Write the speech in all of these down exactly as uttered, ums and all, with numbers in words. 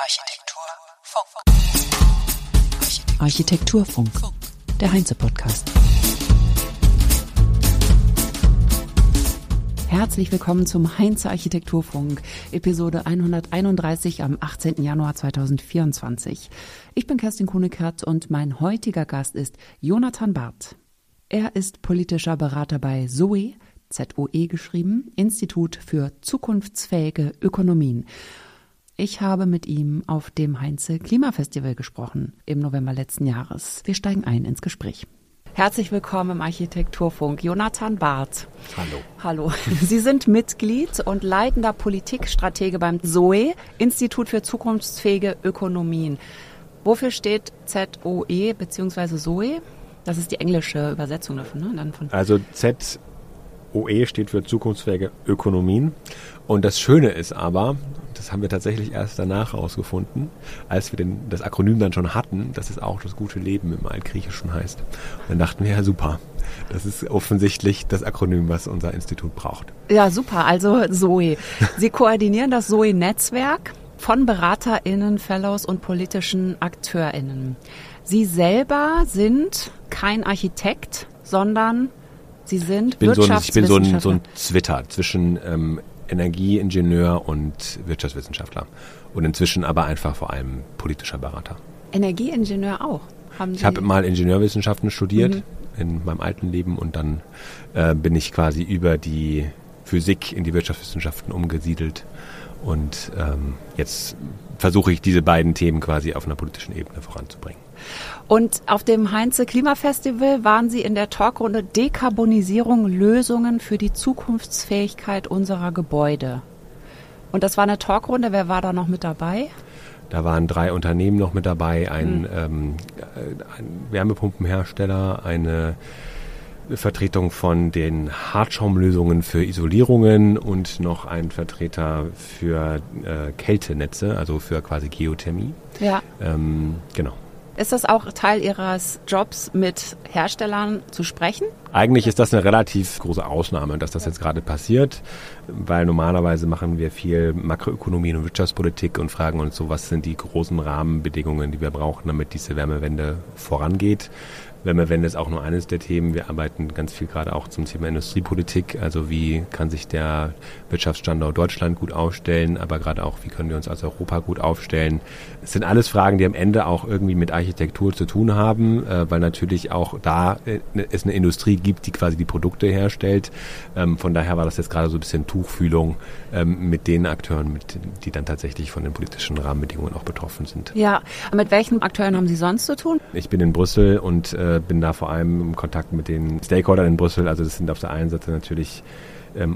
Architekturfunk. Architekturfunk, der Heinze-Podcast. Herzlich willkommen zum Heinze Architekturfunk, Episode hunderteinunddreißig am achtzehnten Januar zweitausendvierundzwanzig. Ich bin Kerstin Kuhnekert und mein heutiger Gast ist Jonathan Barth. Er ist politischer Berater bei Zoe, Z O E geschrieben, Institut für zukunftsfähige Ökonomien. Ich habe mit ihm auf dem Heinze Klimafestival gesprochen im November letzten Jahres. Wir steigen ein ins Gespräch. Herzlich willkommen im Architekturfunk, Jonathan Barth. Hallo. Hallo. Sie sind Mitglied und leitender Politikstratege beim Zoe, Institut für zukunftsfähige Ökonomien. Wofür steht Z O E bzw. Zoe? Das ist die englische Übersetzung dafür, ne? Dann von also Z O E steht für zukunftsfähige Ökonomien. Und das Schöne ist aber, das haben wir tatsächlich erst danach herausgefunden, als wir den, das Akronym dann schon hatten, dass es auch das gute Leben im Altgriechischen heißt. Und dann dachten wir, ja super, das ist offensichtlich das Akronym, was unser Institut braucht. Ja, super, also Zoe. Sie koordinieren das Zoe-Netzwerk von BeraterInnen, Fellows und politischen AkteurInnen. Sie selber sind kein Architekt, sondern Sie sind ich bin Wirtschaftswissenschaftler. So ein, ich bin so ein, so ein Zwitter zwischen ähm, Energieingenieur und Wirtschaftswissenschaftler und inzwischen aber einfach vor allem politischer Berater. Energieingenieur auch? Haben Sie? Ich habe mal Ingenieurwissenschaften studiert mhm. in meinem alten Leben und dann äh, bin ich quasi über die Physik in die Wirtschaftswissenschaften umgesiedelt und ähm, jetzt versuche ich diese beiden Themen quasi auf einer politischen Ebene voranzubringen. Und auf dem Heinze Klimafestival waren Sie in der Talkrunde Dekarbonisierung, Lösungen für die Zukunftsfähigkeit unserer Gebäude. Und das war eine Talkrunde, wer war da noch mit dabei? Da waren drei Unternehmen noch mit dabei, ein, mhm. ähm, ein Wärmepumpenhersteller, eine Vertretung von den Hartschaumlösungen für Isolierungen und noch ein Vertreter für äh, Kältenetze, also für quasi Geothermie. Ja. Ähm, genau. Ist das auch Teil Ihres Jobs, mit Herstellern zu sprechen? Eigentlich ist das eine relativ große Ausnahme, dass das jetzt gerade passiert, weil normalerweise machen wir viel Makroökonomie und Wirtschaftspolitik und fragen uns so, was sind die großen Rahmenbedingungen, die wir brauchen, damit diese Wärmewende vorangeht. Wärmewende ist auch nur eines der Themen. Wir arbeiten ganz viel gerade auch zum Thema Industriepolitik. Also wie kann sich der Wirtschaftsstandort Deutschland gut aufstellen, aber gerade auch, wie können wir uns als Europa gut aufstellen. Es sind alles Fragen, die am Ende auch irgendwie mit Architektur zu tun haben, äh, weil natürlich auch da äh, es eine Industrie gibt, die quasi die Produkte herstellt. Ähm, von daher war das jetzt gerade so ein bisschen Tuchfühlung ähm, mit den Akteuren, mit, die dann tatsächlich von den politischen Rahmenbedingungen auch betroffen sind. Ja, mit welchen Akteuren haben Sie sonst zu tun? Ich bin in Brüssel und äh, bin da vor allem im Kontakt mit den Stakeholdern in Brüssel. Also das sind auf der einen Seite natürlich ähm,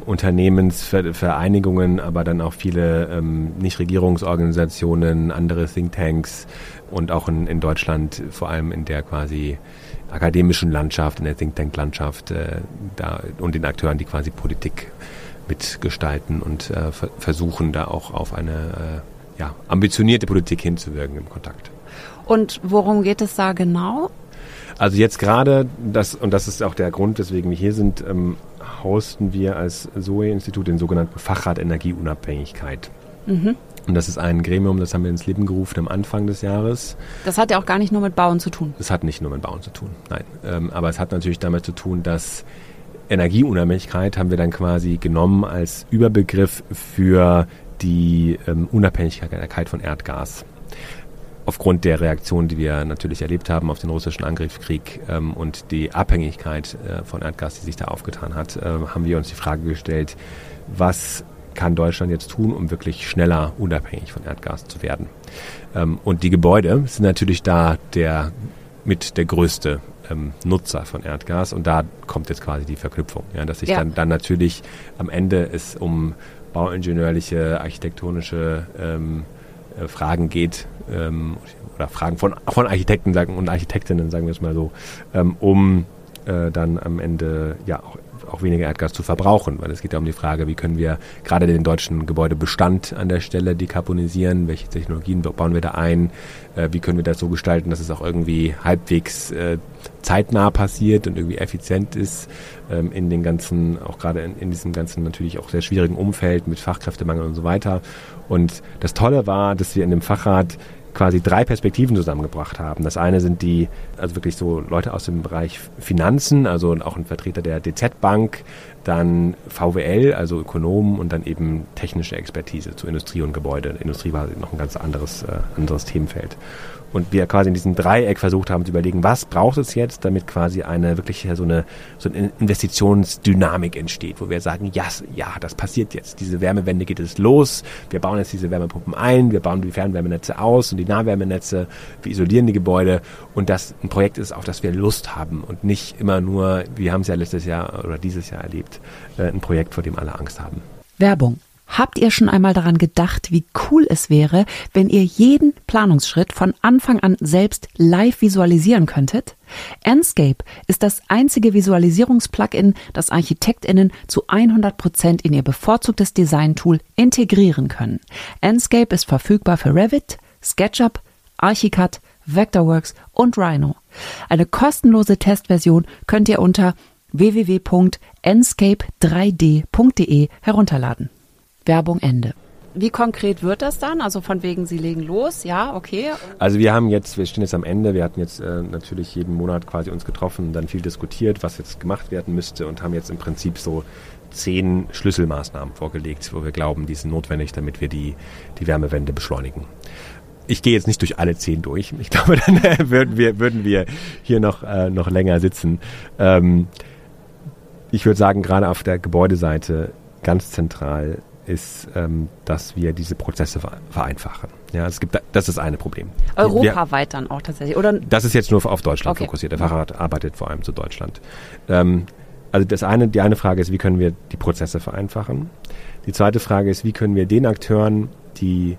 Unternehmensvereinigungen, aber dann auch viele ähm, Nichtregierungsorganisationen, andere Thinktanks und auch in, in Deutschland vor allem in der quasi akademischen Landschaft, in der Think-Tank-Landschaft äh, da, und den Akteuren, die quasi Politik mitgestalten und äh, ver- versuchen, da auch auf eine äh, ja, ambitionierte Politik hinzuwirken im Kontakt. Und worum geht es da genau? Also jetzt gerade, das und das ist auch der Grund, weswegen wir hier sind, ähm, hosten wir als Zoe-Institut den sogenannten Fachrat Energieunabhängigkeit. Mhm. Und das ist ein Gremium, das haben wir ins Leben gerufen am Anfang des Jahres. Das hat ja auch gar nicht nur mit Bauen zu tun. Das hat nicht nur mit Bauen zu tun, nein. Ähm, aber es hat natürlich damit zu tun, dass Energieunabhängigkeit haben wir dann quasi genommen als Überbegriff für die ähm, Unabhängigkeit von Erdgas. Aufgrund der Reaktion, die wir natürlich erlebt haben auf den russischen Angriffskrieg ähm, und die Abhängigkeit äh, von Erdgas, die sich da aufgetan hat, äh, haben wir uns die Frage gestellt, was kann Deutschland jetzt tun, um wirklich schneller unabhängig von Erdgas zu werden? Ähm, und die Gebäude sind natürlich da der mit der größte ähm, Nutzer von Erdgas und da kommt jetzt quasi die Verknüpfung, ja, dass sich ja. dann, dann natürlich am Ende es um bauingenieurliche, architektonische ähm, äh, Fragen geht, ähm, oder Fragen von, von Architekten sagen und Architektinnen, sagen wir es mal so, ähm, um äh, dann am Ende ja auch auch weniger Erdgas zu verbrauchen, weil es geht ja um die Frage, wie können wir gerade den deutschen Gebäudebestand an der Stelle dekarbonisieren, welche Technologien bauen wir da ein, äh, wie können wir das so gestalten, dass es auch irgendwie halbwegs äh, zeitnah passiert und irgendwie effizient ist ähm, in den ganzen, auch gerade in, in diesem ganzen natürlich auch sehr schwierigen Umfeld mit Fachkräftemangel und so weiter. Und das Tolle war, dass wir in dem Fachrat quasi drei Perspektiven zusammengebracht haben. Das eine sind die, also wirklich so Leute aus dem Bereich Finanzen, also auch ein Vertreter der D Z Bank, dann V W L, also Ökonomen und dann eben technische Expertise zu Industrie und Gebäude. Industrie war noch ein ganz anderes, äh, anderes Themenfeld. Und wir quasi in diesem Dreieck versucht haben zu überlegen, was braucht es jetzt, damit quasi eine wirklich so eine, so eine Investitionsdynamik entsteht, wo wir sagen, ja, ja, das passiert jetzt. Diese Wärmewende geht jetzt los. Wir bauen jetzt diese Wärmepumpen ein, wir bauen die Fernwärmenetze aus und die Nahwärmenetze, wir isolieren die Gebäude und das ein Projekt ist, auf das wir Lust haben und nicht immer nur, wir haben es ja letztes Jahr oder dieses Jahr erlebt, ein Projekt, vor dem alle Angst haben. Werbung. Habt ihr schon einmal daran gedacht, wie cool es wäre, wenn ihr jeden Planungsschritt von Anfang an selbst live visualisieren könntet? Enscape ist das einzige Visualisierungs-Plugin, das ArchitektInnen zu hundert Prozent in ihr bevorzugtes Design-Tool integrieren können. Enscape ist verfügbar für Revit, SketchUp, Archicad, Vectorworks und Rhino. Eine kostenlose Testversion könnt ihr unter w w w punkt enscape drei d punkt d e herunterladen. Werbung Ende. Wie konkret wird das dann? Also von wegen, Sie legen los, ja, okay. Also wir haben jetzt, wir stehen jetzt am Ende, wir hatten jetzt äh, natürlich jeden Monat quasi uns getroffen, dann viel diskutiert, was jetzt gemacht werden müsste und haben jetzt im Prinzip so zehn Schlüsselmaßnahmen vorgelegt, wo wir glauben, die sind notwendig, damit wir die, die Wärmewende beschleunigen. Ich gehe jetzt nicht durch alle zehn durch. Ich glaube, dann äh, würden wir, würden wir hier noch, äh, noch länger sitzen. Ähm, ich würde sagen, gerade auf der Gebäudeseite ganz zentral ist, ähm, dass wir diese Prozesse vereinfachen. Ja, es gibt, das ist das eine Problem. Europaweit dann auch tatsächlich, oder? Das ist jetzt nur auf Deutschland okay. fokussiert. Der Fachrat arbeitet vor allem zu Deutschland. Ähm, also das eine, die eine Frage ist, wie können wir die Prozesse vereinfachen? Die zweite Frage ist, wie können wir den Akteuren, die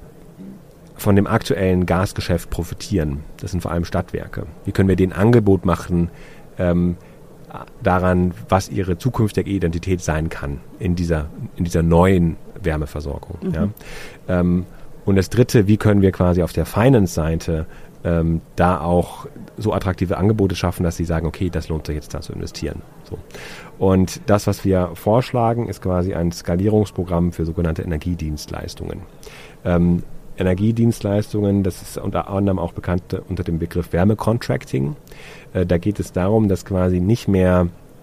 von dem aktuellen Gasgeschäft profitieren, das sind vor allem Stadtwerke, wie können wir denen Angebot machen, ähm, daran, was ihre zukünftige Identität sein kann in dieser, in dieser neuen Wärmeversorgung. Mhm. Ja. Ähm, und das Dritte, wie können wir quasi auf der Finance-Seite ähm, da auch so attraktive Angebote schaffen, dass sie sagen, okay, das lohnt sich jetzt da zu investieren. So. Und das, was wir vorschlagen, ist quasi ein Skalierungsprogramm für sogenannte Energiedienstleistungen. Ähm, Energiedienstleistungen, das ist unter anderem auch bekannt unter dem Begriff Wärmecontracting. Äh, da geht es darum, dass quasi nicht mehr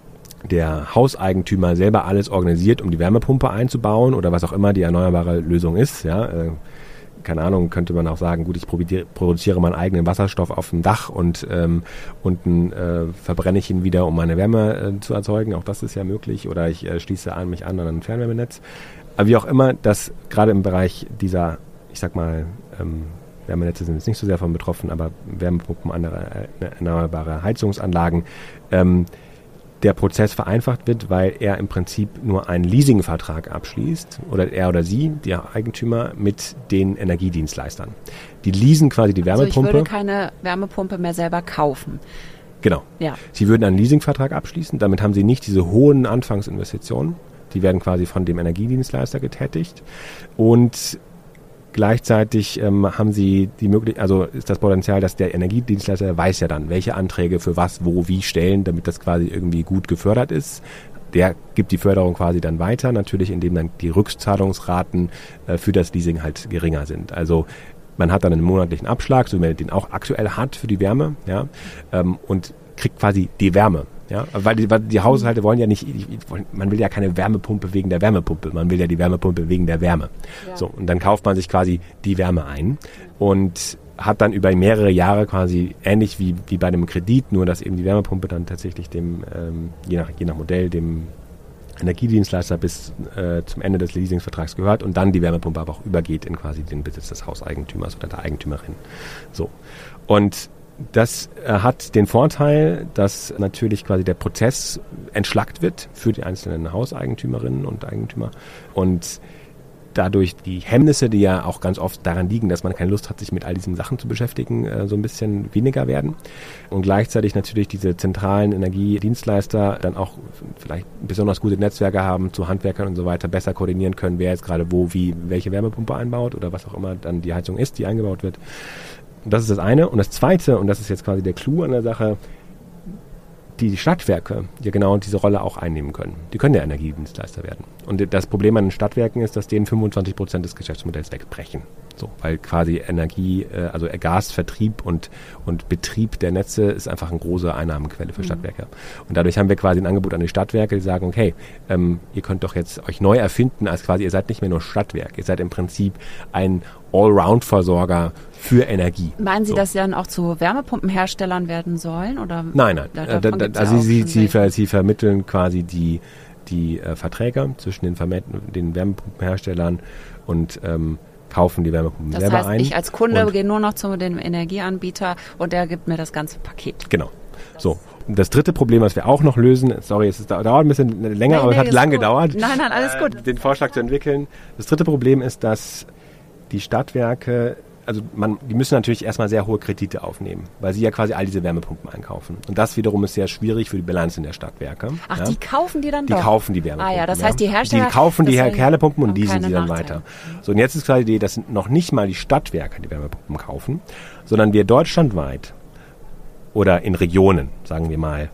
der Hauseigentümer selber alles organisiert, um die Wärmepumpe einzubauen oder was auch immer die erneuerbare Lösung ist. Ja, äh, keine Ahnung, könnte man auch sagen, gut, ich produziere meinen eigenen Wasserstoff auf dem Dach und ähm, unten äh, verbrenne ich ihn wieder, um meine Wärme äh, zu erzeugen. Auch das ist ja möglich. Oder ich äh, schließe an mich an an ein Fernwärmenetz. Aber wie auch immer, dass gerade im Bereich dieser, ich sag mal, ähm, Wärmenetze sind jetzt nicht so sehr von betroffen, aber Wärmepumpen, andere äh, erneuerbare Heizungsanlagen, ähm, der Prozess vereinfacht wird, weil er im Prinzip nur einen Leasingvertrag abschließt, oder er oder sie, der Eigentümer, mit den Energiedienstleistern. Die leasen quasi die Wärmepumpe. Also ich würde keine Wärmepumpe mehr selber kaufen. Genau. Ja. Sie würden einen Leasingvertrag abschließen, damit haben sie nicht diese hohen Anfangsinvestitionen. Die werden quasi von dem Energiedienstleister getätigt. Und gleichzeitig ähm, haben sie die Möglichkeit, also ist das Potenzial, dass der Energiedienstleister weiß ja dann, welche Anträge für was, wo, wie stellen, damit das quasi irgendwie gut gefördert ist. Der gibt die Förderung quasi dann weiter, natürlich indem dann die Rückzahlungsraten äh, für das Leasing halt geringer sind. Also man hat dann einen monatlichen Abschlag, so wie man den auch aktuell hat für die Wärme, ja, ähm, und kriegt quasi die Wärme. Ja, weil die, weil die Haushalte wollen ja nicht, man will ja keine Wärmepumpe wegen der Wärmepumpe, man will ja die Wärmepumpe wegen der Wärme. Ja. So, und dann kauft man sich quasi die Wärme ein und hat dann über mehrere Jahre quasi ähnlich wie, wie bei einem Kredit, nur dass eben die Wärmepumpe dann tatsächlich dem, ähm, je nach, je nach Modell, dem Energiedienstleister bis äh, zum Ende des Leasingsvertrags gehört und dann die Wärmepumpe aber auch übergeht in quasi den Besitz des Hauseigentümers oder der Eigentümerin. So. Und das äh, hat den Vorteil, dass natürlich quasi der Prozess entschlackt wird für die einzelnen Hauseigentümerinnen und Eigentümer und dadurch die Hemmnisse, die ja auch ganz oft daran liegen, dass man keine Lust hat, sich mit all diesen Sachen zu beschäftigen, äh, so ein bisschen weniger werden. Und gleichzeitig natürlich diese zentralen Energiedienstleister dann auch vielleicht besonders gute Netzwerke haben zu Handwerkern und so weiter, besser koordinieren können, wer jetzt gerade wo, wie, welche Wärmepumpe einbaut oder was auch immer dann die Heizung ist, die eingebaut wird. Und das ist das eine. Und das zweite, und das ist jetzt quasi der Clou an der Sache, die Stadtwerke ja genau diese Rolle auch einnehmen können. Die können ja Energiedienstleister werden. Und das Problem an den Stadtwerken ist, dass denen fünfundzwanzig Prozent des Geschäftsmodells wegbrechen. So, weil quasi Energie, also Gasvertrieb und, und Betrieb der Netze ist einfach eine große Einnahmenquelle für Stadtwerke. Mhm. Und dadurch haben wir quasi ein Angebot an die Stadtwerke, die sagen, okay, ähm, ihr könnt doch jetzt euch neu erfinden, als quasi ihr seid nicht mehr nur Stadtwerk, ihr seid im Prinzip ein Allround-Versorger für Energie. Meinen Sie, so. dass Sie dann auch zu Wärmepumpenherstellern werden sollen? Oder? Nein, nein. Da, da, da, also Sie, Sie, ver, Sie vermitteln quasi die, die äh, Verträge zwischen den, Vermet- den Wärmepumpenherstellern und ähm, kaufen die Wärmepumpen das selber heißt, ein. Ich als Kunde gehe nur noch zu dem Energieanbieter und der gibt mir das ganze Paket. Genau. So. Das dritte Problem, was wir auch noch lösen, sorry, es ist, dauert ein bisschen länger, nee, aber nee, es hat lang gut. gedauert, nein, nein, alles gut. Äh, den Vorschlag zu entwickeln. Das dritte Problem ist, dass die Stadtwerke, also man, die müssen natürlich erstmal sehr hohe Kredite aufnehmen, weil sie ja quasi all diese Wärmepumpen einkaufen. Und das wiederum ist sehr schwierig für die Bilanz in der Stadtwerke. Ach, ja? die kaufen die dann die doch? Die kaufen die Wärmepumpen. Ah ja, das heißt, die Hersteller... Die kaufen die Kerlepumpen und leasen sie dann Nachteile. weiter. So, und jetzt ist quasi die Idee, dass noch nicht mal die Stadtwerke die Wärmepumpen kaufen, sondern wir deutschlandweit oder in Regionen, sagen wir mal,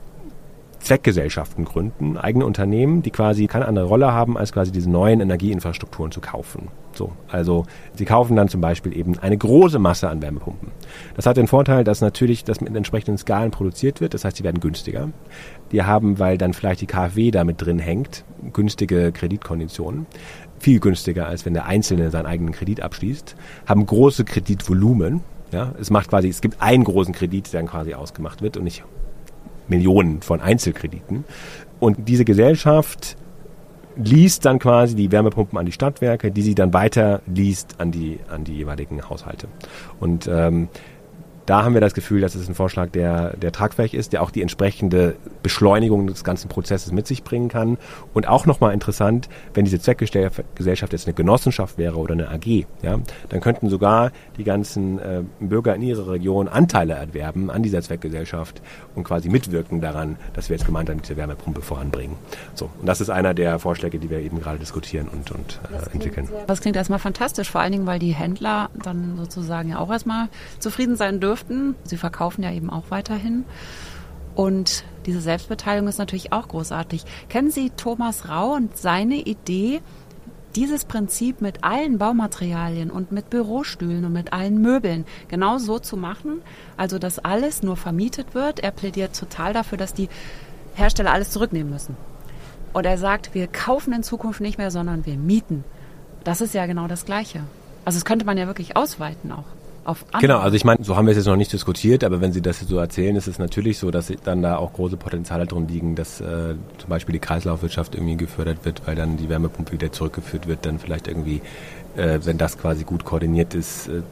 Zweckgesellschaften gründen, eigene Unternehmen, die quasi keine andere Rolle haben, als quasi diese neuen Energieinfrastrukturen zu kaufen. So, also sie kaufen dann zum Beispiel eben eine große Masse an Wärmepumpen. Das hat den Vorteil, dass natürlich das mit entsprechenden Skalen produziert wird, das heißt, sie werden günstiger. Die haben, weil dann vielleicht die KfW da mit drin hängt, günstige Kreditkonditionen, viel günstiger, als wenn der Einzelne seinen eigenen Kredit abschließt, haben große Kreditvolumen. Ja, es macht quasi, es gibt einen großen Kredit, der dann quasi ausgemacht wird und nicht Millionen von Einzelkrediten. Und diese Gesellschaft liest dann quasi die Wärmepumpen an die Stadtwerke, die sie dann weiter liest an die, an die jeweiligen Haushalte. Und ähm, da haben wir das Gefühl, dass es ein Vorschlag, der, der tragfähig ist, der auch die entsprechende Beschleunigung des ganzen Prozesses mit sich bringen kann. Und auch nochmal interessant, wenn diese Zweckgesellschaft jetzt eine Genossenschaft wäre oder eine A G, ja, dann könnten sogar die ganzen äh, Bürger in ihrer Region Anteile erwerben an dieser Zweckgesellschaft und quasi mitwirken daran, dass wir jetzt gemeinsam diese Wärmepumpe voranbringen. So, und das ist einer der Vorschläge, die wir eben gerade diskutieren und, und äh, entwickeln. Das klingt erstmal fantastisch, vor allen Dingen, weil die Händler dann sozusagen ja auch erstmal zufrieden sein dürfen. Sie verkaufen ja eben auch weiterhin. Und diese Selbstbeteiligung ist natürlich auch großartig. Kennen Sie Thomas Rau und seine Idee, dieses Prinzip mit allen Baumaterialien und mit Bürostühlen und mit allen Möbeln genau so zu machen? Also, dass alles nur vermietet wird. Er plädiert total dafür, dass die Hersteller alles zurücknehmen müssen. Und er sagt, wir kaufen in Zukunft nicht mehr, sondern wir mieten. Das ist ja genau das Gleiche. Also, das könnte man ja wirklich ausweiten auch. Genau, also ich meine, so haben wir es jetzt noch nicht diskutiert, aber wenn Sie das so erzählen, ist es natürlich so, dass dann da auch große Potenziale drin liegen, dass äh, zum Beispiel die Kreislaufwirtschaft irgendwie gefördert wird, weil dann die Wärmepumpe wieder zurückgeführt wird, dann vielleicht irgendwie, äh, wenn das quasi gut koordiniert ist, äh,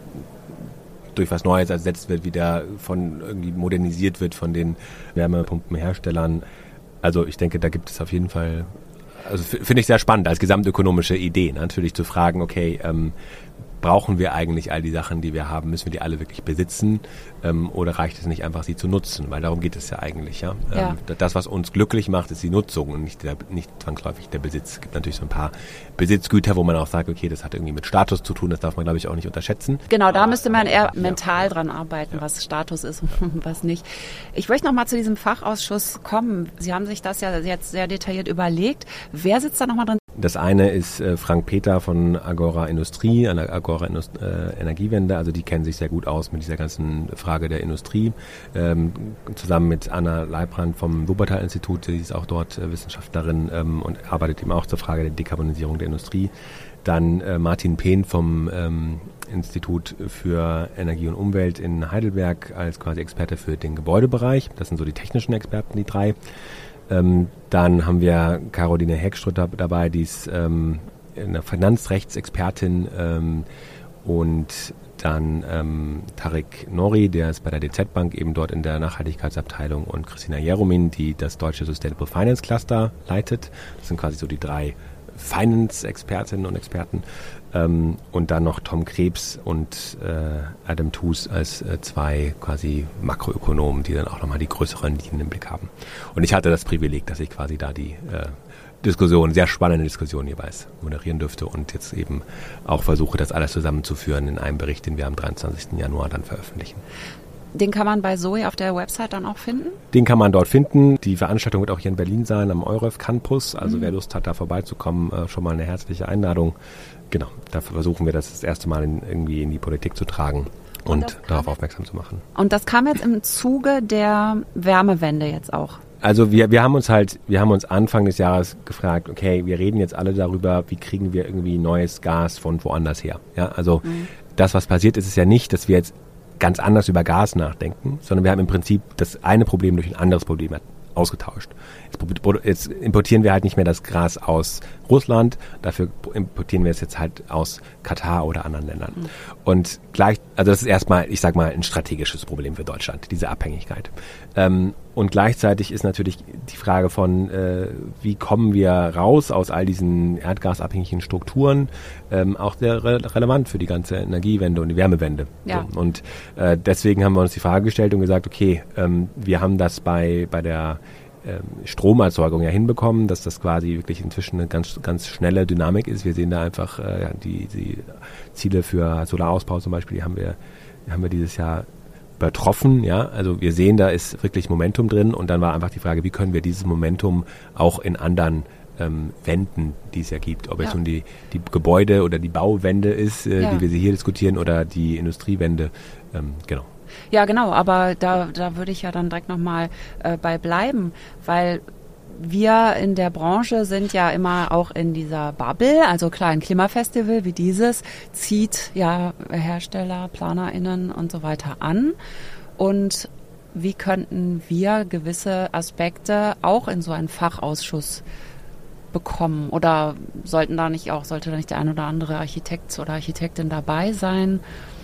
durch was Neues ersetzt wird, wieder von irgendwie modernisiert wird von den Wärmepumpenherstellern. Also ich denke, da gibt es auf jeden Fall, also f- finde ich sehr spannend als gesamtökonomische Idee, ne? Natürlich zu fragen, okay, ähm, brauchen wir eigentlich all die Sachen, die wir haben? Müssen wir die alle wirklich besitzen? Ähm, oder reicht es nicht einfach, sie zu nutzen? Weil darum geht es ja eigentlich. Ja? Ja. Ähm, das, was uns glücklich macht, ist die Nutzung und nicht, der, nicht zwangsläufig der Besitz. Es gibt natürlich so ein paar Besitzgüter, wo man auch sagt, okay, das hat irgendwie mit Status zu tun. Das darf man, glaube ich, auch nicht unterschätzen. Genau, da müsste man eher ja. mental dran arbeiten, ja. was Status ist und was nicht. Ich möchte noch mal zu diesem Fachausschuss kommen. Sie haben sich das ja jetzt sehr detailliert überlegt. Wer sitzt da noch mal drin? Das eine ist äh, Frank Peter von Agora Industrie, an der Agora Indust- äh, Energiewende. Also die kennen sich sehr gut aus mit dieser ganzen Frage der Industrie. Ähm, zusammen mit Anna Leibrand vom Wuppertal-Institut, die ist auch dort äh, Wissenschaftlerin ähm, und arbeitet eben auch zur Frage der Dekarbonisierung der Industrie. Dann äh, Martin Pehn vom ähm, Institut für Energie und Umwelt in Heidelberg als quasi Experte für den Gebäudebereich. Das sind so die technischen Experten, die drei. Ähm, dann haben wir Caroline Heckströth dabei, die ist ähm, eine Finanzrechtsexpertin ähm, und dann ähm, Tarek Nori, der ist bei der D Z Bank eben dort in der Nachhaltigkeitsabteilung und Christina Jeromin, die das deutsche Sustainable Finance Cluster leitet. Das sind quasi so die drei Finance-Expertinnen und Experten ähm, und dann noch Tom Krebs und äh, Adam Tooze als äh, zwei quasi Makroökonomen, die dann auch nochmal die größeren Linien im Blick haben. Und ich hatte das Privileg, dass ich quasi da die äh, Diskussion, sehr spannende Diskussion jeweils moderieren dürfte und jetzt eben auch versuche, das alles zusammenzuführen in einem Bericht, den wir am dreiundzwanzigsten Januar dann veröffentlichen. Den kann man bei Zoe auf der Website dann auch finden? Den kann man dort finden. Die Veranstaltung wird auch hier in Berlin sein, am EUREF Campus. Also mhm. wer Lust hat, da vorbeizukommen, äh, schon mal eine herzliche Einladung. Genau, dafür versuchen wir das das erste Mal in, irgendwie in die Politik zu tragen und, und darauf aufmerksam zu machen. Und das kam jetzt im Zuge der Wärmewende jetzt auch? Also wir, wir haben uns halt, wir haben uns Anfang des Jahres gefragt, okay, wir reden jetzt alle darüber, wie kriegen wir irgendwie neues Gas von woanders her. Ja, also mhm. das, was passiert ist, ist ja nicht, dass wir jetzt ganz anders über Gas nachdenken, sondern wir haben im Prinzip das eine Problem durch ein anderes Problem ausgetauscht. Jetzt, jetzt importieren wir halt nicht mehr das Gas aus Russland, dafür importieren wir es jetzt halt aus Katar oder anderen Ländern. Mhm. Und gleich, also das ist erstmal, ich sag mal, ein strategisches Problem für Deutschland, diese Abhängigkeit. Ähm, und gleichzeitig ist natürlich die Frage von, äh, wie kommen wir raus aus all diesen erdgasabhängigen Strukturen, ähm, auch sehr re- relevant für die ganze Energiewende und die Wärmewende. Ja. So. Und äh, deswegen haben wir uns die Frage gestellt und gesagt, okay, ähm, wir haben das bei, bei der Stromerzeugung ja hinbekommen, dass das quasi wirklich inzwischen eine ganz, ganz schnelle Dynamik ist. Wir sehen da einfach äh, die, die Ziele für Solarausbau zum Beispiel, die haben wir, die haben wir dieses Jahr übertroffen. Ja? Also wir sehen, da ist wirklich Momentum drin und dann war einfach die Frage, wie können wir dieses Momentum auch in anderen ähm, Wenden, die es ja gibt, ob ja. es nun die, die Gebäude- oder die Bauwende ist, äh, ja. wie wir sie hier diskutieren, oder die Industriewende, ähm, genau. Ja, genau, aber da, da würde ich ja dann direkt nochmal äh, bei bleiben, weil wir in der Branche sind ja immer auch in dieser Bubble, also klar, ein Klimafestival wie dieses zieht ja Hersteller, PlanerInnen und so weiter an. Und wie könnten wir gewisse Aspekte auch in so einen Fachausschuss bekommen? Oder sollten da nicht auch, sollte da nicht der ein oder andere Architekt oder Architektin dabei sein?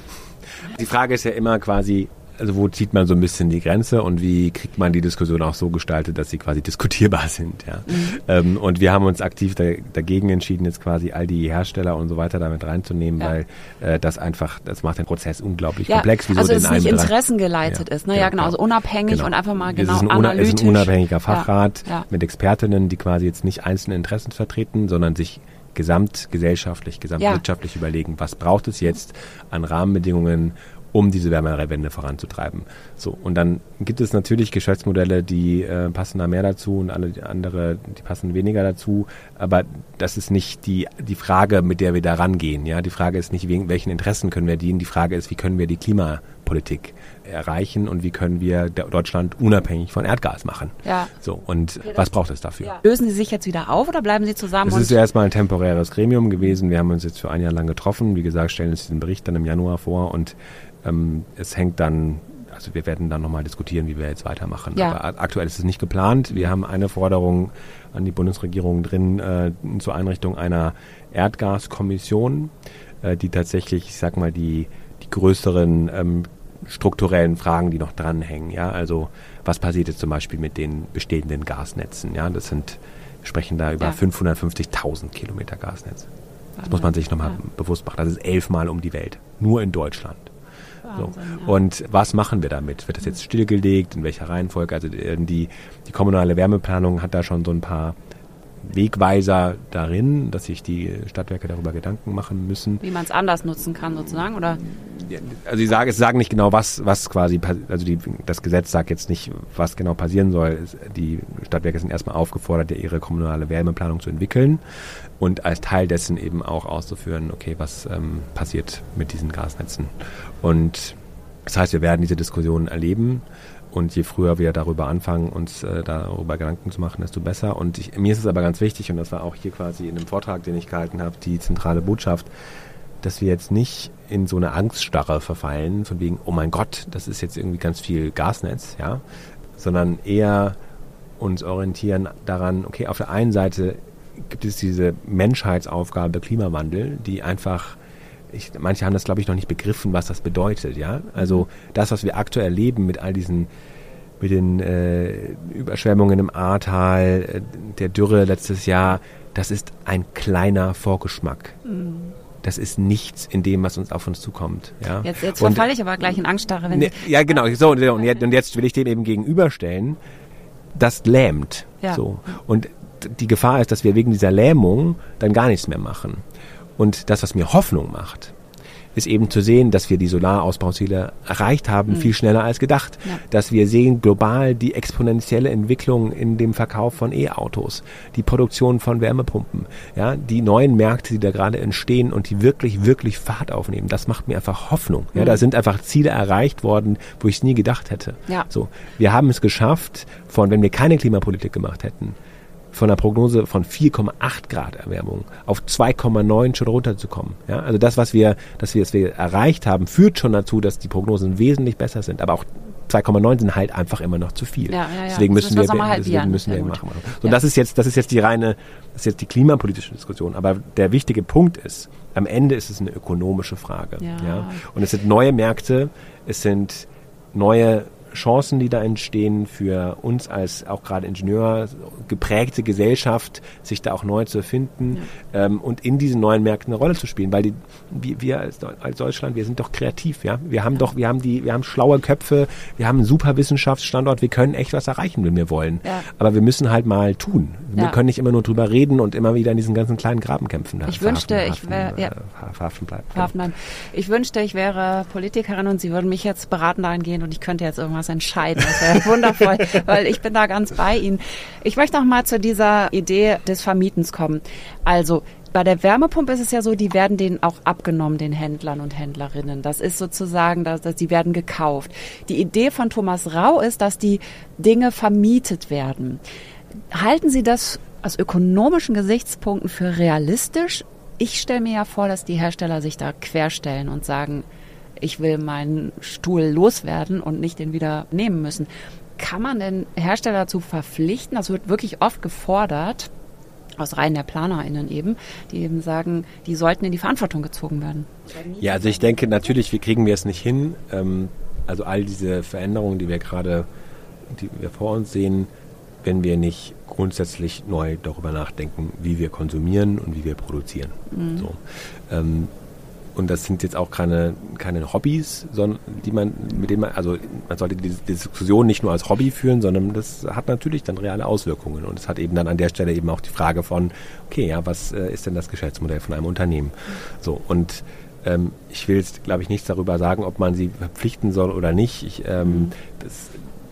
Die Frage ist ja immer quasi, also wo zieht man so ein bisschen die Grenze und wie kriegt man die Diskussion auch so gestaltet, dass sie quasi diskutierbar sind. Ja? Mhm. Ähm, und wir haben uns aktiv da, dagegen entschieden, jetzt quasi all die Hersteller und so weiter damit reinzunehmen, ja. weil äh, das einfach, das macht den Prozess unglaublich ja, komplex. Wieso also dass es nicht Bereich, interessengeleitet ja, ist. Ne? Ja, genau, also unabhängig genau. und einfach mal genau analytisch. analytisch. Es ist ein unabhängiger Fachrat ja, ja. mit Expertinnen, die quasi jetzt nicht einzelne Interessen vertreten, sondern sich gesamtgesellschaftlich, gesamtwirtschaftlich ja. überlegen, was braucht es jetzt an Rahmenbedingungen, um diese Wärmewende voranzutreiben. So, und dann gibt es natürlich Geschäftsmodelle, die äh, passen da mehr dazu und alle andere, die passen weniger dazu. Aber das ist nicht die die Frage, mit der wir da rangehen. Ja, die Frage ist nicht, wegen welchen Interessen können wir dienen. Die Frage ist, wie können wir die Klimapolitik erreichen und wie können wir Deutschland unabhängig von Erdgas machen. Ja. So, und ja, was braucht es dafür? Ja. Lösen Sie sich jetzt wieder auf oder bleiben Sie zusammen? Es ist ja erstmal ein temporäres Gremium gewesen. Wir haben uns jetzt für ein Jahr lang getroffen. Wie gesagt, stellen uns den Bericht dann im Januar vor und ähm, es hängt dann, also wir werden dann nochmal diskutieren, wie wir jetzt weitermachen. Ja. Aber aktuell ist es nicht geplant. Wir haben eine Forderung an die Bundesregierung drin äh, zur Einrichtung einer Erdgaskommission, äh, die tatsächlich, ich sag mal, die, die größeren ähm, strukturellen Fragen, die noch dranhängen. Ja, also was passiert jetzt zum Beispiel mit den bestehenden Gasnetzen? Ja, das sind, wir sprechen da über ja. fünfhundertfünfzigtausend Kilometer Gasnetz. Das muss man sich nochmal ja. bewusst machen. Das ist elfmal um die Welt. Nur in Deutschland. So. Ja. Und was machen wir damit? Wird das jetzt stillgelegt? In welcher Reihenfolge? Also die, die kommunale Wärmeplanung hat da schon so ein paar Wegweiser darin, dass sich die Stadtwerke darüber Gedanken machen müssen. Wie man es anders nutzen kann sozusagen, oder? Also sie sagen, es sagen nicht genau, was, was quasi, also die, das Gesetz sagt jetzt nicht, was genau passieren soll. Die Stadtwerke sind erstmal aufgefordert, ihre kommunale Wärmeplanung zu entwickeln und als Teil dessen eben auch auszuführen, okay, was ähm, passiert mit diesen Gasnetzen. Und das heißt, wir werden diese Diskussionen erleben. Und je früher wir darüber anfangen, uns äh, darüber Gedanken zu machen, desto besser. Und ich, mir ist es aber ganz wichtig, und das war auch hier quasi in dem Vortrag, den ich gehalten habe, die zentrale Botschaft, dass wir jetzt nicht in so eine Angststarre verfallen, von wegen, oh mein Gott, das ist jetzt irgendwie ganz viel Gasnetz, ja, sondern eher uns orientieren daran, okay, auf der einen Seite gibt es diese Menschheitsaufgabe Klimawandel, die einfach, ich, manche haben das, glaube ich, noch nicht begriffen, was das bedeutet, ja. Also das, was wir aktuell erleben mit all diesen, mit den äh, Überschwemmungen im Ahrtal, äh, der Dürre letztes Jahr, das ist ein kleiner Vorgeschmack. Mhm. Das ist nichts in dem, was uns auf uns zukommt. Ja? Jetzt, jetzt verfalle ich aber gleich in Angststarre. Wenn ne, ja, genau. So, und, jetzt, und jetzt will ich dem eben gegenüberstellen, das lähmt. Ja. So. Und die Gefahr ist, dass wir wegen dieser Lähmung dann gar nichts mehr machen. Und das, was mir Hoffnung macht, ist eben zu sehen, dass wir die Solarausbauziele erreicht haben, mhm. viel schneller als gedacht. Ja. Dass wir sehen global die exponentielle Entwicklung in dem Verkauf von E-Autos, die Produktion von Wärmepumpen, ja, die neuen Märkte, die da gerade entstehen und die wirklich, wirklich Fahrt aufnehmen. Das macht mir einfach Hoffnung. Mhm. Ja, da sind einfach Ziele erreicht worden, wo ich es nie gedacht hätte. Ja. So, wir haben es geschafft, von, wenn wir keine Klimapolitik gemacht hätten, von einer Prognose von vier Komma acht Grad Erwärmung auf zwei Komma neun schon runterzukommen. Ja, also das, was wir, das wir, was wir erreicht haben, führt schon dazu, dass die Prognosen wesentlich besser sind. Aber auch zwei Komma neun sind halt einfach immer noch zu viel. Ja, ja, ja. Deswegen müssen wir, wir deswegen müssen wir machen. So, ja. das ist jetzt, das ist jetzt die reine, das ist jetzt die klimapolitische Diskussion. Aber der wichtige Punkt ist, am Ende ist es eine ökonomische Frage. Ja. Ja? Und es sind neue Märkte, es sind neue Chancen, die da entstehen für uns als auch gerade Ingenieur geprägte Gesellschaft, sich da auch neu zu erfinden ja. ähm, und in diesen neuen Märkten eine Rolle zu spielen, weil die, wir, wir als, als Deutschland, wir sind doch kreativ, ja, wir haben ja. doch, wir haben die, wir haben schlaue Köpfe, wir haben einen super Wissenschaftsstandort, wir können echt was erreichen, wenn wir wollen, ja. aber wir müssen halt mal tun. Wir ja. können nicht immer nur drüber reden und immer wieder in diesen ganzen kleinen Graben kämpfen. Ich wünschte, ich wäre ja. verhaften bleiben. Verhaften, ich wünschte, ich wäre Politikerin und Sie würden mich jetzt beraten dahingehend und ich könnte jetzt irgendwas entscheiden. Das wäre wundervoll, weil ich bin da ganz bei Ihnen. Ich möchte noch mal zu dieser Idee des Vermietens kommen. Also bei der Wärmepumpe ist es ja so, die werden denen auch abgenommen, den Händlern und Händlerinnen. Das ist sozusagen, dass, dass die werden gekauft. Die Idee von Thomas Rau ist, dass die Dinge vermietet werden. Halten Sie das aus ökonomischen Gesichtspunkten für realistisch? Ich stelle mir ja vor, dass die Hersteller sich da querstellen und sagen, ich will meinen Stuhl loswerden und nicht den wieder nehmen müssen. Kann man denn Hersteller dazu verpflichten? Das wird wirklich oft gefordert, aus Reihen der PlanerInnen eben, die eben sagen, die sollten in die Verantwortung gezogen werden. Ja, also ich denke natürlich, wir kriegen wir es nicht hin. Ähm, also all diese Veränderungen, die wir gerade, die wir vor uns sehen, wenn wir nicht grundsätzlich neu darüber nachdenken, wie wir konsumieren und wie wir produzieren. Mhm. So. Ähm, Und das sind jetzt auch keine, keine Hobbys, sondern die man, mit denen man, also man sollte die Diskussion nicht nur als Hobby führen, sondern das hat natürlich dann reale Auswirkungen. Und es hat eben dann an der Stelle eben auch die Frage von, okay, ja, was äh, ist denn das Geschäftsmodell von einem Unternehmen? So, und ähm, ich will jetzt, glaube ich, nichts darüber sagen, ob man sie verpflichten soll oder nicht. Ich, ähm, das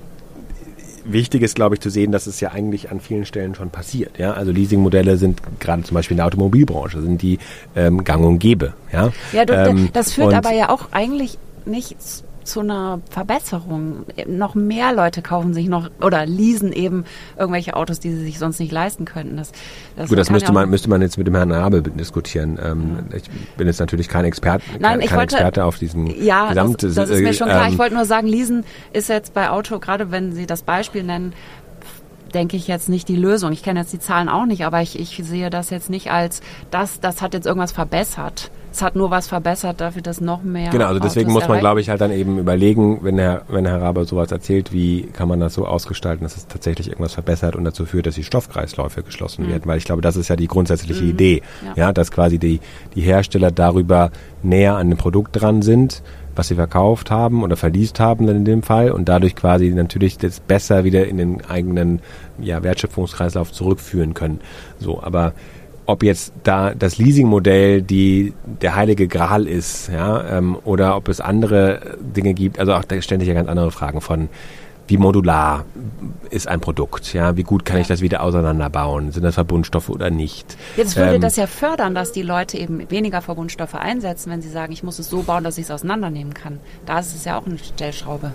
Wichtig ist, glaube ich, zu sehen, dass es ja eigentlich an vielen Stellen schon passiert. Ja? Also Leasingmodelle sind gerade zum Beispiel in der Automobilbranche, sind die ähm, gang und gäbe. Ja, ja du, ähm, das führt aber ja auch eigentlich nicht zu einer Verbesserung. Noch mehr Leute kaufen sich noch oder leasen eben irgendwelche Autos, die sie sich sonst nicht leisten könnten. Das, das, Gut, das müsste ja man müsste man jetzt mit dem Herrn Rabe diskutieren. Ähm, ja. Ich bin jetzt natürlich kein Experte, Nein, kein, ich kein wollte, Experte auf diesem ja, gesamten. Das, das ist mir schon klar. Ähm, ich wollte nur sagen, leasen ist jetzt bei Auto, gerade wenn Sie das Beispiel nennen, denke ich jetzt nicht die Lösung. Ich kenne jetzt die Zahlen auch nicht, aber ich, ich sehe das jetzt nicht als, das, das hat jetzt irgendwas verbessert. Es hat nur was verbessert dafür, dass noch mehr Genau, also deswegen Autos muss man, glaube ich, halt dann eben überlegen, wenn Herr, wenn Herr Rabe sowas erzählt, wie kann man das so ausgestalten, dass es tatsächlich irgendwas verbessert und dazu führt, dass die Stoffkreisläufe geschlossen mhm. werden. Weil ich glaube, das ist ja die grundsätzliche mhm. Idee, ja. ja, dass quasi die, die Hersteller darüber näher an dem Produkt dran sind, was sie verkauft haben oder verleast haben dann in dem Fall und dadurch quasi natürlich das besser wieder in den eigenen ja, Wertschöpfungskreislauf zurückführen können. So, aber ob jetzt da das Leasingmodell die der heilige Gral ist, ja, ähm, oder ob es andere Dinge gibt, also auch da stellen sich ja ganz andere Fragen von, wie modular ist ein Produkt, ja, wie gut kann ja. ich das wieder auseinanderbauen, sind das Verbundstoffe oder nicht. Jetzt würde ähm, das ja fördern, dass die Leute eben weniger Verbundstoffe einsetzen, wenn sie sagen, ich muss es so bauen, dass ich es auseinandernehmen kann. Da ist es ja auch eine Stellschraube.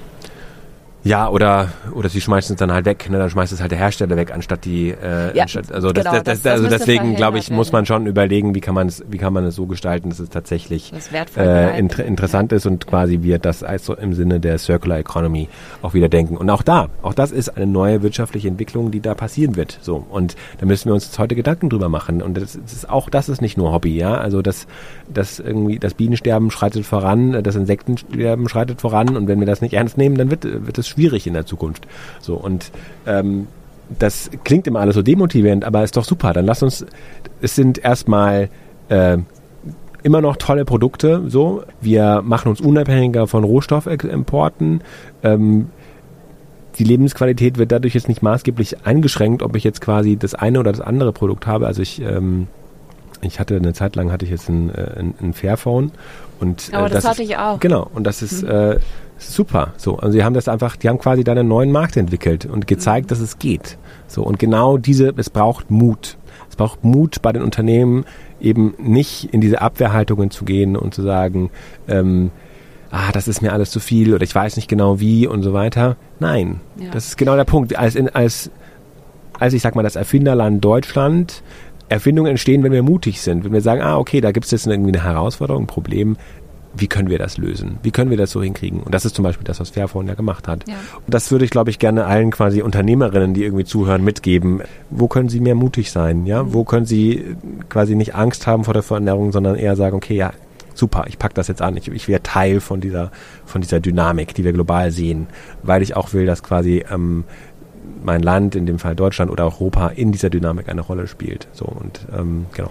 Ja, oder oder sie schmeißen es dann halt weg, ne? Dann schmeißt es halt der Hersteller weg, anstatt die, äh, ja, anstatt, also genau, das, das, das, also deswegen glaube ich, muss man schon überlegen, wie kann man es, wie kann man es so gestalten, dass es tatsächlich das äh, inter, interessant ist und quasi wir das also im Sinne der Circular Economy auch wieder denken. Und auch da, auch das ist eine neue wirtschaftliche Entwicklung, die da passieren wird. So, und da müssen wir uns jetzt heute Gedanken drüber machen. Und das, das ist auch das ist nicht nur Hobby, ja. Also das, das irgendwie das Bienensterben schreitet voran, das Insektensterben schreitet voran. Und wenn wir das nicht ernst nehmen, dann wird wird es schwierig in der Zukunft. So, und ähm, das klingt immer alles so demotivierend, aber ist doch super. Dann lass uns, es sind erstmal äh, immer noch tolle Produkte. So, wir machen uns unabhängiger von Rohstoffimporten. Ähm, die Lebensqualität wird dadurch jetzt nicht maßgeblich eingeschränkt, ob ich jetzt quasi das eine oder das andere Produkt habe. Also ich ähm, ich hatte eine Zeit lang hatte ich jetzt ein, ein, ein Fairphone und aber äh, das, das hatte ist, ich auch. Genau, und das ist Mhm. äh, super. So, also sie haben das einfach, die haben quasi da einen neuen Markt entwickelt und gezeigt, mhm. dass es geht. So, und genau diese, es braucht Mut. Es braucht Mut bei den Unternehmen, eben nicht in diese Abwehrhaltungen zu gehen und zu sagen, ähm, ah, das ist mir alles zu viel oder ich weiß nicht genau wie und so weiter. Nein, ja. Das ist genau der Punkt. Als, in, als, als ich sag mal, das Erfinderland Deutschland, Erfindungen entstehen, wenn wir mutig sind. Wenn wir sagen, ah, okay, da gibt es jetzt irgendwie eine Herausforderung, ein Problem. Wie können wir das lösen? Wie können wir das so hinkriegen? Und das ist zum Beispiel das, was Fairphone ja gemacht hat. Ja. Und das würde ich, glaube ich, gerne allen quasi Unternehmerinnen, die irgendwie zuhören, mitgeben. Wo können sie mehr mutig sein? Ja, mhm. Wo können sie quasi nicht Angst haben vor der Veränderung, sondern eher sagen, okay, ja, super, ich packe das jetzt an. Ich, ich werde Teil von dieser, von dieser Dynamik, die wir global sehen, weil ich auch will, dass quasi ähm, mein Land, in dem Fall Deutschland oder Europa, in dieser Dynamik eine Rolle spielt. So und ähm, genau.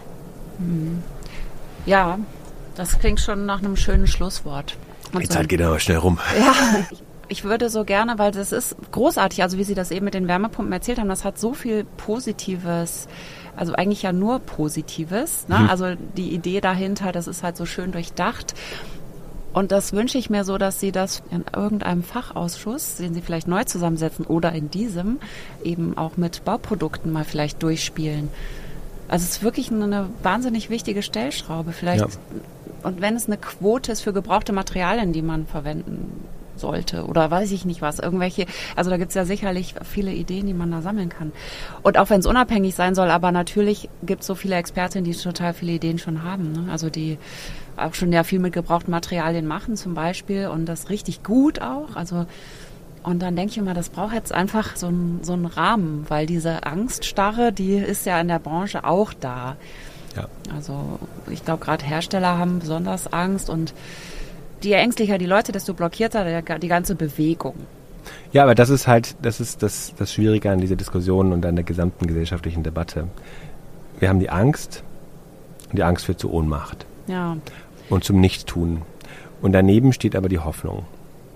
Ja, das klingt schon nach einem schönen Schlusswort. Und Die so Zeit geht aber schnell rum. Ja, ich, ich würde so gerne, weil das ist großartig, also wie Sie das eben mit den Wärmepumpen erzählt haben, das hat so viel Positives, also eigentlich ja nur Positives. Ne? Hm. Also die Idee dahinter, das ist halt so schön durchdacht. Und das wünsche ich mir so, dass Sie das in irgendeinem Fachausschuss, den Sie vielleicht neu zusammensetzen oder in diesem, eben auch mit Bauprodukten mal vielleicht durchspielen. Also es ist wirklich eine wahnsinnig wichtige Stellschraube. Vielleicht, ja. Und wenn es eine Quote ist für gebrauchte Materialien, die man verwenden sollte oder weiß ich nicht was, irgendwelche, also da gibt es ja sicherlich viele Ideen, die man da sammeln kann. Und auch wenn es unabhängig sein soll, aber natürlich gibt es so viele Expertinnen, die total viele Ideen schon haben, ne? Also die auch schon ja viel mit gebrauchten Materialien machen zum Beispiel und das richtig gut auch, also und dann denke ich immer, das braucht jetzt einfach so einen so einen Rahmen, weil diese Angststarre, die ist ja in der Branche auch da. Ja. Also ich glaube, gerade Hersteller haben besonders Angst und je ängstlicher die Leute, desto blockierter der, die ganze Bewegung. Ja, aber das ist halt, das ist das, das Schwierige an dieser Diskussion und an der gesamten gesellschaftlichen Debatte. Wir haben die Angst und die Angst führt zu Ohnmacht. Ja. Und zum Nichtstun. Und daneben steht aber die Hoffnung.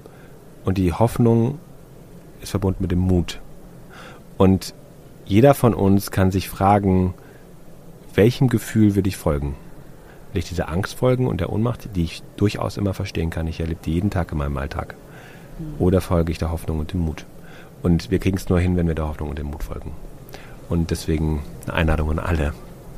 Und die Hoffnung ist verbunden mit dem Mut. Und jeder von uns kann sich fragen, welchem Gefühl will ich folgen? Will ich dieser Angst folgen und der Ohnmacht, die ich durchaus immer verstehen kann? Ich erlebe die jeden Tag in meinem Alltag. Oder folge ich der Hoffnung und dem Mut? Und wir kriegen es nur hin, wenn wir der Hoffnung und dem Mut folgen. Und deswegen eine Einladung an alle.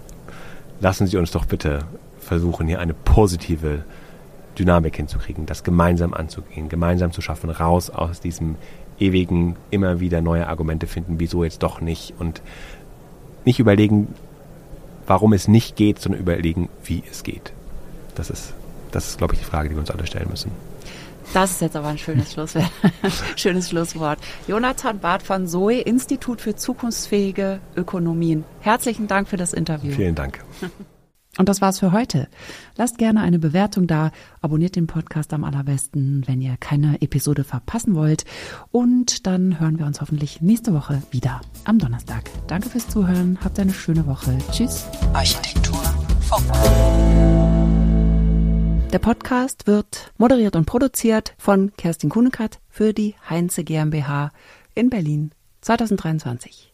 Lassen Sie uns doch bitte versuchen, hier eine positive Dynamik hinzukriegen, das gemeinsam anzugehen, gemeinsam zu schaffen, raus aus diesem ewigen, immer wieder neue Argumente finden, wieso jetzt doch nicht und nicht überlegen, warum es nicht geht, sondern überlegen, wie es geht. Das ist, das ist, glaube ich, die Frage, die wir uns alle stellen müssen. Das ist jetzt aber ein schönes Schlusswort. Schönes Schlusswort. Jonathan Barth von S O E, Institut für zukunftsfähige Ökonomien. Herzlichen Dank für das Interview. Vielen Dank. Und das war's für heute. Lasst gerne eine Bewertung da, abonniert den Podcast am allerbesten, wenn ihr keine Episode verpassen wollt. Und dann hören wir uns hoffentlich nächste Woche wieder am Donnerstag. Danke fürs Zuhören, habt eine schöne Woche. Tschüss. Architektur Funk. Der Podcast wird moderiert und produziert von Kerstin Kuhnekert für die Heinze GmbH in Berlin zwanzig dreiundzwanzig.